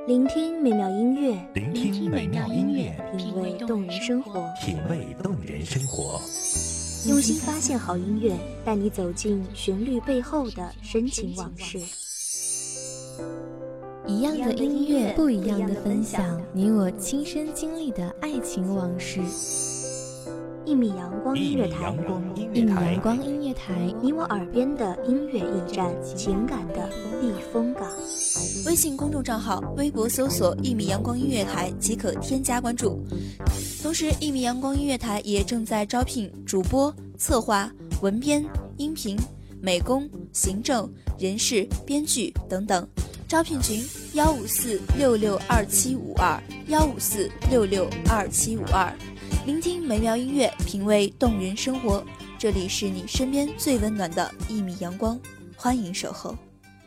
聆听美妙音乐， 聆听美妙音乐， 品味动人生活， 品味动人生活。 用心发现好音乐，带你走进旋律背后的深情往事。 一样的音乐，不一样的分享，你我亲身经历的爱情往事。 一米阳光音乐台， 一米阳光音乐台， 你我耳边的音乐驿站，情感的避风港。 微信公众账号、微博搜索一米阳光音乐台即可添加关注。同时，一米阳光音乐台也正在招聘主播、策划、文编、音频、美工、行政、人事、编剧等等。招聘群154662752，154662752。聆听美妙音乐，品味动人生活。这里是你身边最温暖的一米阳光，欢迎守候。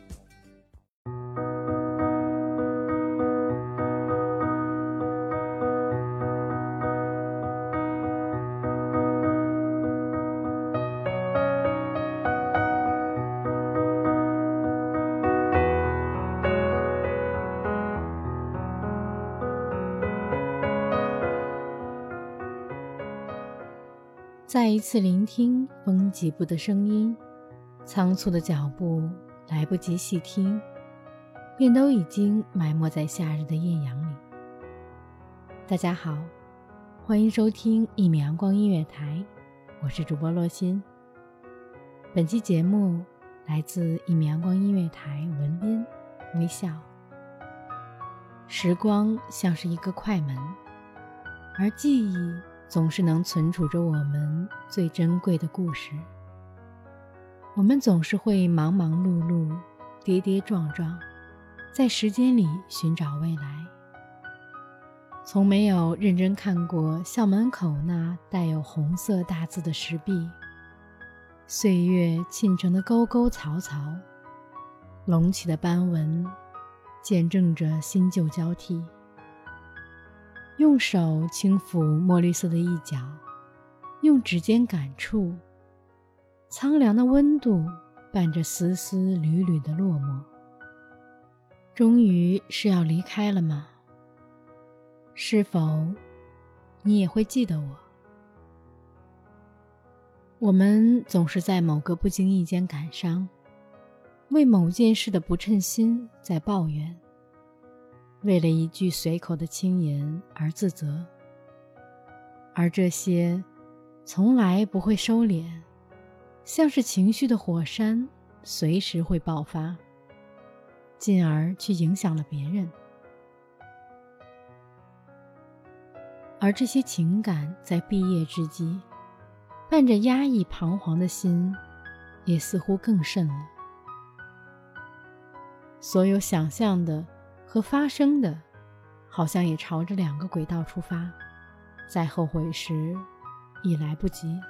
再一次聆听风几步的声音，仓促的脚步来不及细听，便都已经埋没在夏日的艳阳里。大家好，欢迎收听一米阳光音乐台，我是主播洛心。本期节目来自一米阳光音乐台文编微笑。时光像是一个快门，而记忆总是能存储着我们最珍贵的故事。我们总是会忙忙碌碌，跌跌撞撞，在时间里寻找未来。从没有认真看过校门口那带有红色大字的石壁，岁月沁成的沟沟槽槽，隆起的斑纹见证着新旧交替。用手轻抚墨绿色的一角，用指尖感触苍凉的温度，伴着丝丝缕缕的落寞。终于是要离开了吗？是否你也会记得我？我们总是在某个不经意间感伤，为某件事的不称心在抱怨，为了一句随口的轻言而自责，而这些从来不会收敛，像是情绪的火山，随时会爆发，进而去影响了别人。而这些情感在毕业之际，伴着压抑彷徨的心，也似乎更甚了。所有想象的和发生的，好像也朝着两个轨道出发，在后悔时已来不及。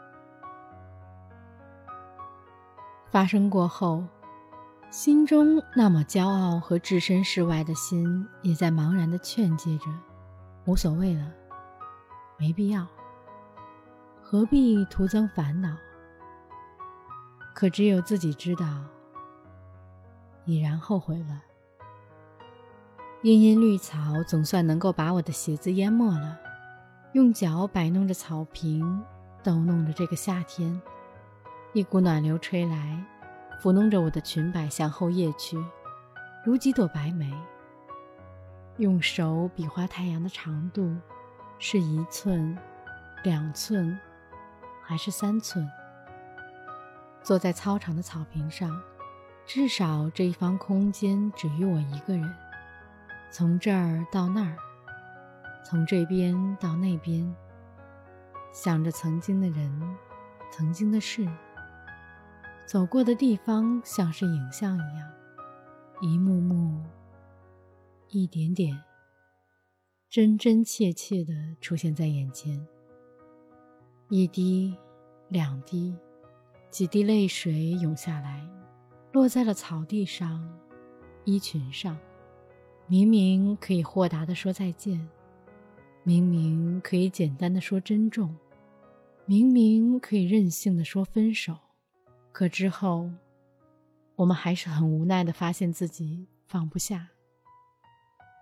发生过后，心中那么骄傲和置身事外的心，也在茫然地劝诫着：无所谓了，没必要，何必徒增烦恼？可只有自己知道，已然后悔了。茵茵绿草总算能够把我的鞋子淹没了，用脚摆弄着草坪，逗弄着这个夏天。一股暖流吹来，抚弄着我的裙摆向后掖去，如几朵白梅。用手比划太阳的长度，是1寸、2寸，还是3寸？坐在操场的草坪上，至少这一方空间只余我一个人。从这儿到那儿，从这边到那边，想着曾经的人，曾经的事，走过的地方像是影像一样，一幕幕，一点点，真真切切地出现在眼前。一滴2滴，几滴泪水涌下来，落在了草地上，衣裙上。明明可以豁达地说再见，明明可以简单地说珍重，明明可以任性地说分手，可之后我们还是很无奈地发现自己放不下。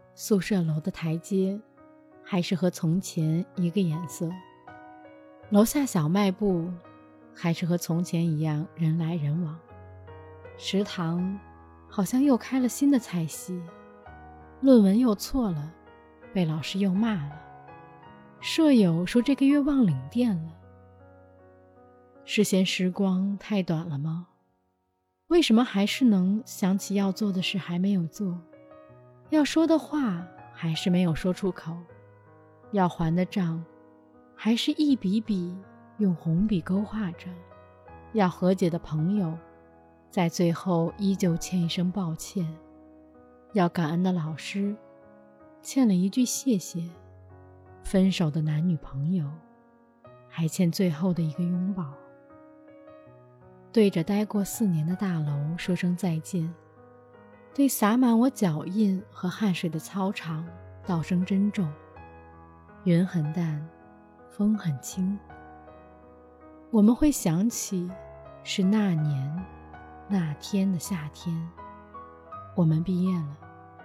宿舍楼的台阶还是和从前一个颜色，楼下小卖部还是和从前一样人来人往，食堂好像又开了新的菜系，论文又错了，被老师又骂了，舍友说这个月忘领电了。是嫌时光太短了吗？为什么还是能想起要做的事还没有做，要说的话还是没有说出口，要还的账还是一笔笔用红笔勾画着，要和解的朋友在最后依旧欠一声抱歉，要感恩的老师欠了一句谢谢，分手的男女朋友还欠最后的一个拥抱。对着待过4年的大楼说声再见，对洒满我脚印和汗水的操场道声珍重。云很淡，风很轻，我们会想起是那年那天的夏天，我们毕业了。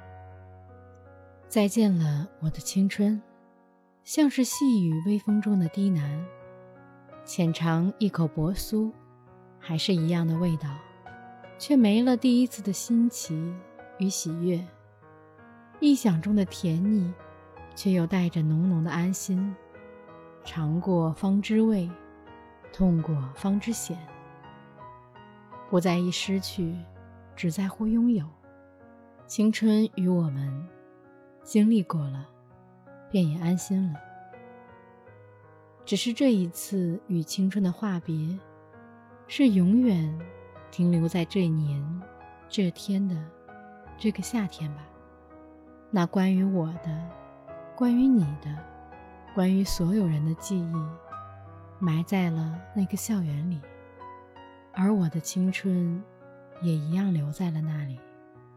再见了我的青春，像是细雨微风中的低喃，浅尝一口薄酥，还是一样的味道，却没了第一次的新奇与喜悦，臆想中的甜腻，却又带着浓浓的安心。尝过方知味，痛过方知险，不在意失去，只在乎拥有。青春与我们经历过了，便也安心了。只是这一次与青春的话别，是永远停留在这年这天的这个夏天吧。那关于我的，关于你的，关于所有人的记忆，埋在了那个校园里，而我的青春也一样留在了那里。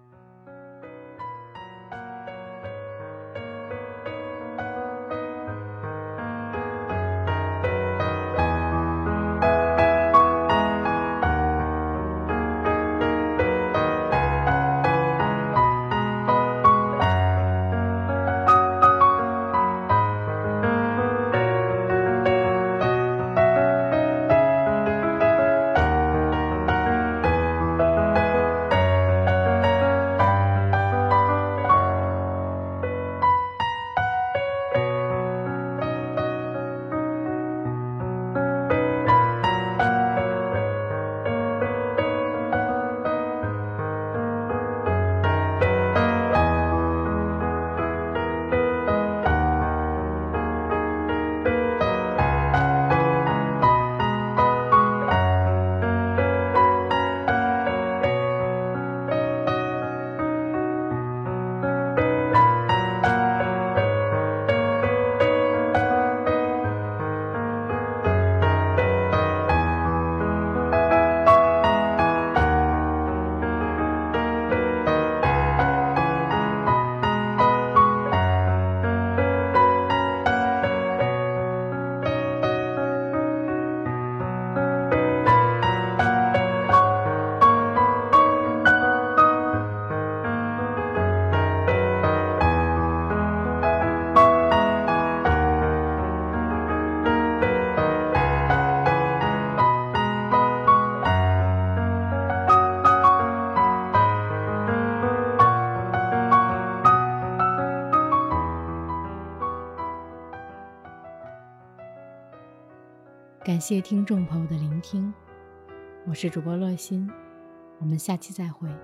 感谢听众朋友的聆听，我是主播乐心，我们下期再会。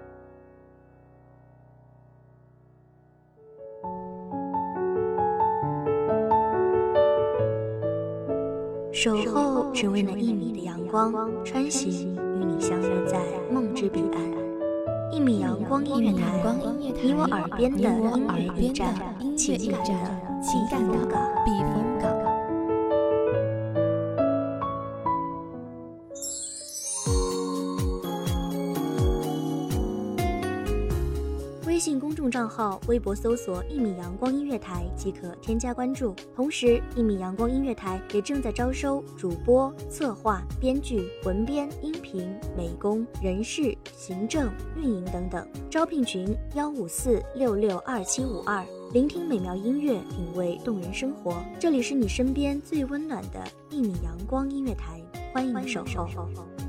守候只为那1米的阳光，穿行与你相约在梦之彼岸。1米阳光音乐台，你我耳边的音乐驿站，情感的避风港。微信公众账号、微博搜索“1米阳光音乐台”即可添加关注。同时，1米阳光音乐台也正在招收主播、策划、编剧、文编、音频、美工、人事、行政、运营等等。招聘群：154662752。 聆听美妙音乐，品味动人生活。这里是你身边最温暖的1米阳光音乐台，欢迎你守候。